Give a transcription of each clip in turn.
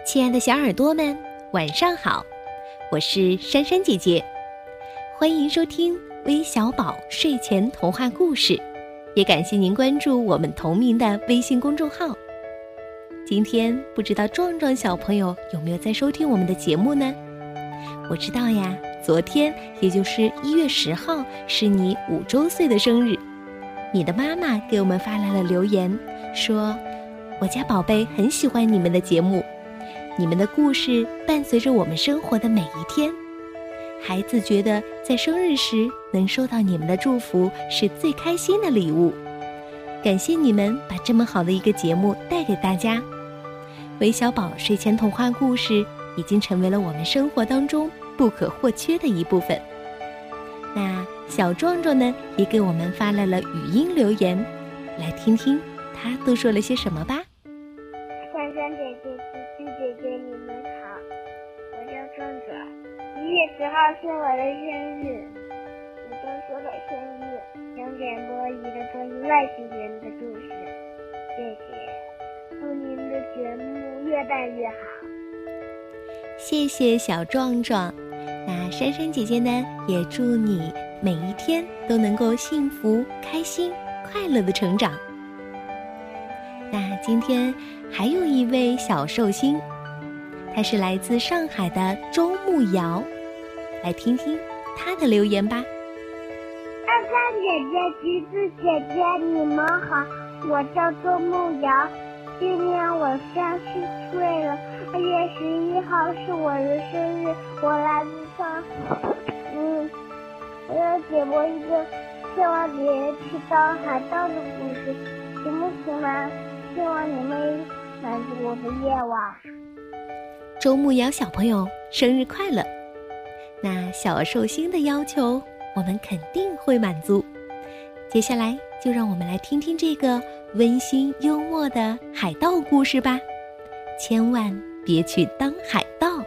亲爱的小耳朵们，晚上好，我是珊珊姐姐，欢迎收听微小宝睡前童话故事，也感谢您关注我们同名的微信公众号。今天不知道壮壮小朋友有没有在收听我们的节目呢？我知道呀，昨天也就是1月10号是你5周岁的生日，你的妈妈给我们发来了留言，说我家宝贝很喜欢你们的节目，你们的故事伴随着我们生活的每一天，孩子觉得在生日时能收到你们的祝福是最开心的礼物。感谢你们把这么好的一个节目带给大家。微小宝睡前童话故事已经成为了我们生活当中不可或缺的一部分。那小壮壮呢，也给我们发来了语音留言，来听听他都说了些什么吧。 珊珊姐姐、琪琪姐姐，你们好，我叫壮壮。1月10号是我的生日，我就说给生日，想点播一个关于外星人的故事，谢谢，祝您的节目越办越好。 谢谢小壮壮，那珊珊姐姐呢，也祝你每一天都能够幸福、开心、快乐的成长。那今天还有一位小寿星，他是来自上海的周慕瑶，来听听他的留言吧。 珊珊姐姐、橘子姐姐，你们好，我叫周慕瑶，今年我30岁了，2月11号是我的生日，我来自上海。我要解播一个千万别去当海盗的故事，行不行呢？希望你们满足我的愿望。 周慕瑶小朋友生日快乐！那小寿星的要求我们肯定会满足。接下来就让我们来听听这个温馨幽默的海盗故事吧，千万别去当海盗。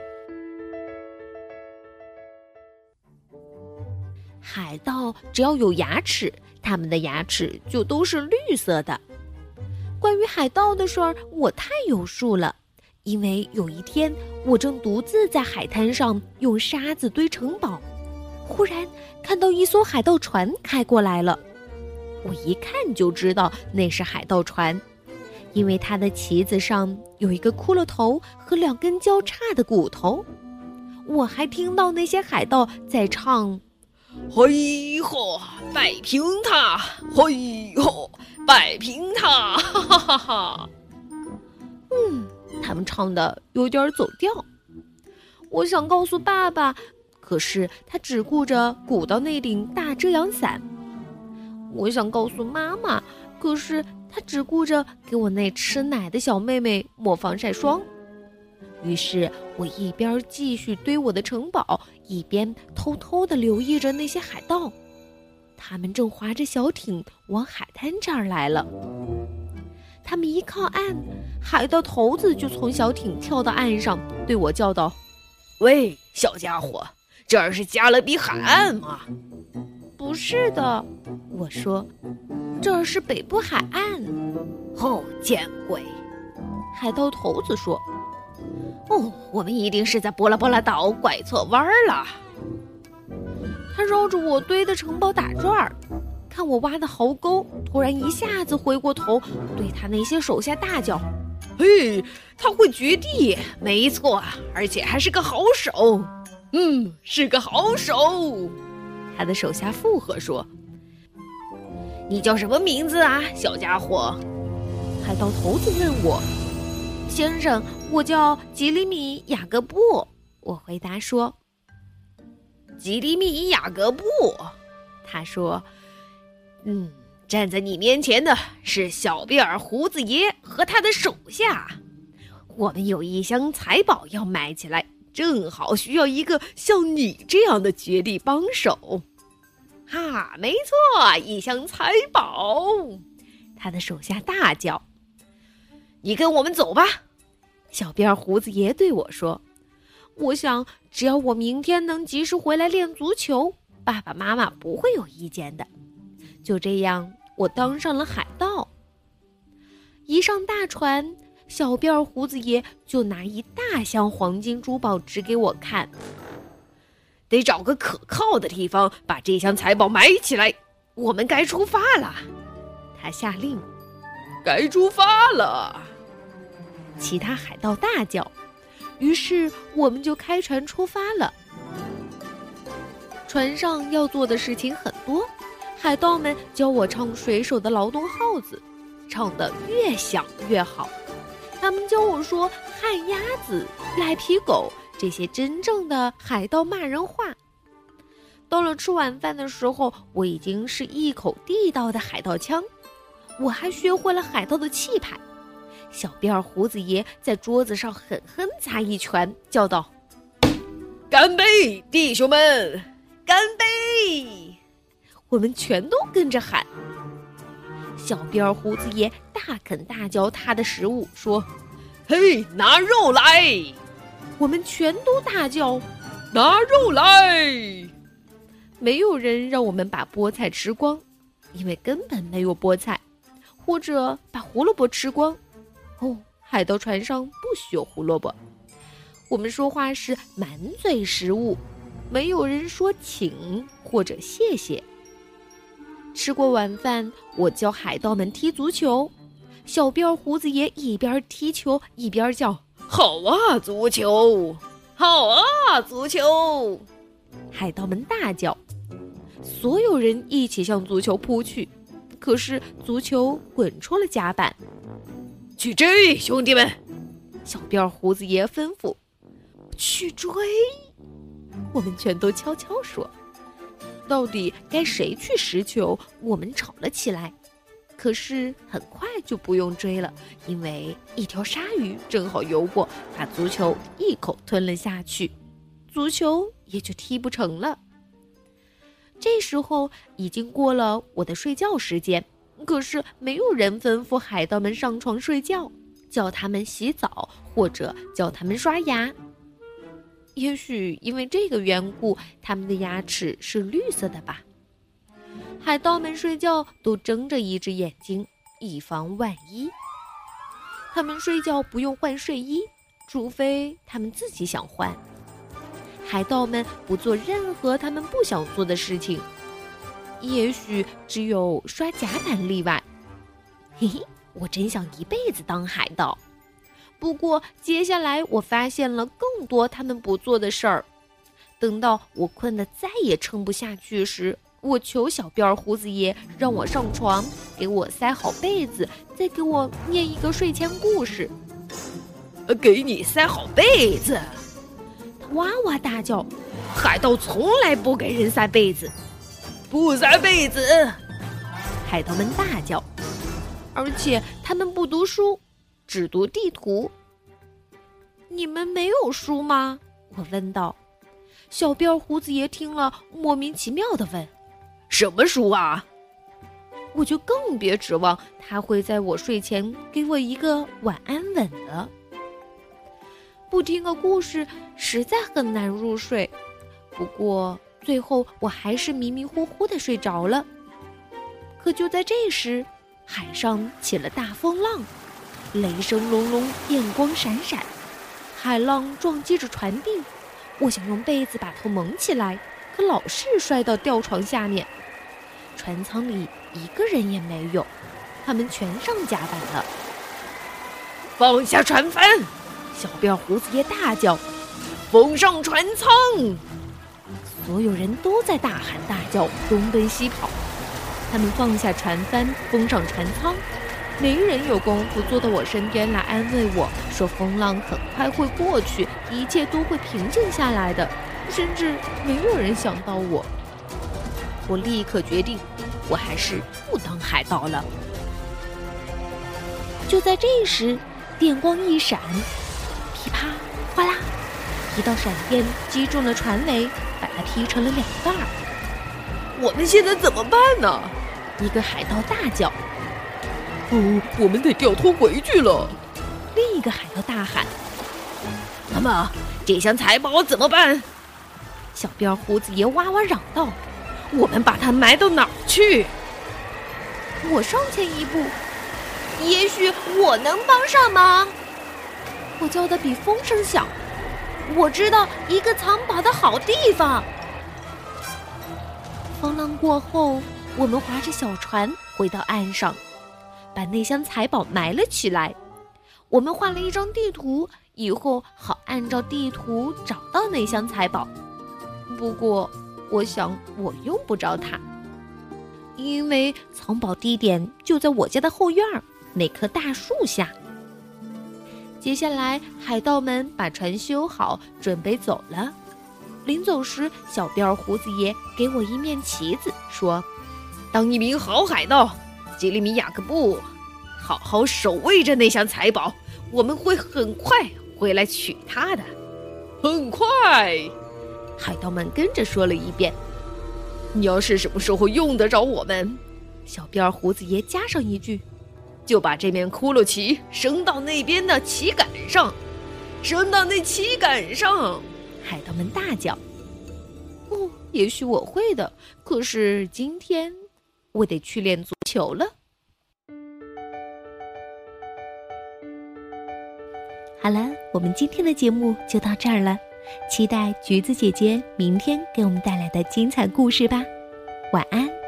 海盗只要有牙齿，他们的牙齿就都是绿色的。关于海盗的事儿，我太有数了。因为有一天，我正独自在海滩上用沙子堆城堡，忽然看到一艘海盗船开过来了。我一看就知道那是海盗船，因为它的旗子上有一个骷髅头和2根交叉的骨头。我还听到那些海盗在唱： 嘿吼，摆平他！嘿吼，摆平他！哈哈哈哈！ 他们唱的有点走调。我想告诉爸爸，可是他只顾着鼓捣那顶大遮阳伞。我想告诉妈妈，可是他只顾着给我那吃奶的小妹妹抹防晒霜。于是我一边继续堆我的城堡，一边偷偷地留意着那些海盗。他们正划着小艇往海滩这儿来了。他们一靠岸，海盗头子就从小艇跳到岸上，对我叫道： 喂，小家伙，这儿是加勒比海岸吗？ 不是的，我说，这儿是北部海岸。 哦，见鬼！ 海盗头子说： 哦，我们一定是在波拉波拉岛拐错弯了。 他绕着我堆的城堡打转儿，看我挖的壕沟，突然一下子回过头，对他那些手下大叫： 嘿，他会掘地，没错，而且还是个好手。是个好手。 他的手下附和说： 你叫什么名字啊，小家伙？ 海盗头子问我。先生，我叫吉里米雅各布。我回答说。 吉里米雅各布， 他说， 站在你面前的是小贝尔胡子爷和他的手下。我们有一箱财宝要买起来，正好需要一个像你这样的绝地帮手。哈，没错，一箱财宝！ 他的手下大叫。 你跟我们走吧， 小贝尔胡子爷对我说。我想，只要我明天能及时回来练足球，爸爸妈妈不会有意见的。就这样，我当上了海盗。一上大船， 小辫胡子爷就拿一大箱黄金珠宝指给我看。得找个可靠的地方把这箱财宝埋起来，我们该出发了。他下令。该出发了！其他海盗大叫。于是我们就开船出发了。船上要做的事情很多，海盗们教我唱水手的劳动号子，唱得越响越好。他们教我说旱鸭子、赖皮狗这些真正的海盗骂人话。到了吃晚饭的时候，我已经是一口地道的海盗腔，我还学会了海盗的气派。小辫胡子爷在桌子上狠狠砸一拳，叫道：干杯，弟兄们，干杯！我们全都跟着喊。小辫胡子爷大啃大嚼他的食物，说：嘿，拿肉来！我们全都大叫：拿肉来！没有人让我们把菠菜吃光，因为根本没有菠菜，或者把胡萝卜吃光。海盗船上不许有胡萝卜。我们说话是满嘴食物，没有人说请或者谢谢。吃过晚饭，我教海盗们踢足球。小辫胡子爷一边踢球一边叫：好啊，足球！好啊，足球！海盗们大叫。所有人一起向足球扑去，可是足球滚出了甲板。去追，兄弟们！小辫胡子爷吩咐。去追！我们全都悄悄说。到底该谁去拾球？我们吵了起来。可是很快就不用追了，因为一条鲨鱼正好游过，把足球一口吞了下去，足球也就踢不成了。这时候已经过了我的睡觉时间，可是没有人吩咐海盗们上床睡觉，叫他们洗澡，或者叫他们刷牙。也许因为这个缘故，他们的牙齿是绿色的吧。海盗们睡觉都睁着一只眼睛，以防万一。他们睡觉不用换睡衣，除非他们自己想换。海盗们不做任何他们不想做的事情，也许只有刷甲板例外。嘿嘿，我真想一辈子当海盗。不过接下来我发现了更多他们不做的事儿。等到我困得再也撑不下去时，我求小辫胡子爷让我上床，给我塞好被子，再给我念一个睡前故事。给你塞好被子？他哇哇大叫。海盗从来不给人塞被子。不塞被子！海盗们大叫。而且他们不读书，只读地图。你们没有书吗？我问道。小辫胡子爷听了，莫名其妙地问：什么书啊？我就更别指望他会在我睡前给我一个晚安吻了。不听个故事实在很难入睡，不过最后我还是迷迷糊糊地睡着了。可就在这时，海上起了大风浪，雷声隆隆，电光闪闪，海浪撞击着船壁。我想用被子把头蒙起来，可老是摔到吊床下面。船舱里一个人也没有，他们全上甲板了。放下船帆！小辫胡子爷大叫。封上船舱！所有人都在大喊大叫，东奔西跑。他们放下船帆，封上船舱，没人有功夫坐到我身边来安慰我，说风浪很快会过去，一切都会平静下来的，甚至没有人想到我。我立刻决定，我还是不当海盗了。就在这时，电光一闪，噼啪哗啦，一道闪电击中了船尾，把它劈成了两半。我们现在怎么办呢？一个海盗大叫。我们得掉头回去了。另一个海盗大喊。那么这箱财宝怎么办？小辫胡子爷哇哇嚷道。我们把它埋到哪儿去？我上前一步，也许我能帮上忙。 我叫得比风声响。我知道一个藏宝的好地方。风浪过后，我们划着小船回到岸上，把那箱财宝埋了起来。我们画了一张地图，以后好按照地图找到那箱财宝。不过，我想我用不着它，因为藏宝地点就在我家的后院那棵大树下。接下来，海盗们把船修好，准备走了。临走时，小辫胡子爷给我一面旗子，说：“当一名好海盗，杰里米雅各布，好好守卫着那箱财宝，我们会很快回来取它的。”很快，海盗们跟着说了一遍。你要是什么时候用得着我们，小辫胡子爷加上一句，就把这面骷髅旗升到那边的旗杆上，升到那旗杆上！海盗们大叫。哦，也许我会的，可是今天我得去练足球了。 好了，我们今天的节目就到这儿了，期待橘子姐姐明天给我们带来的精彩故事吧。晚安。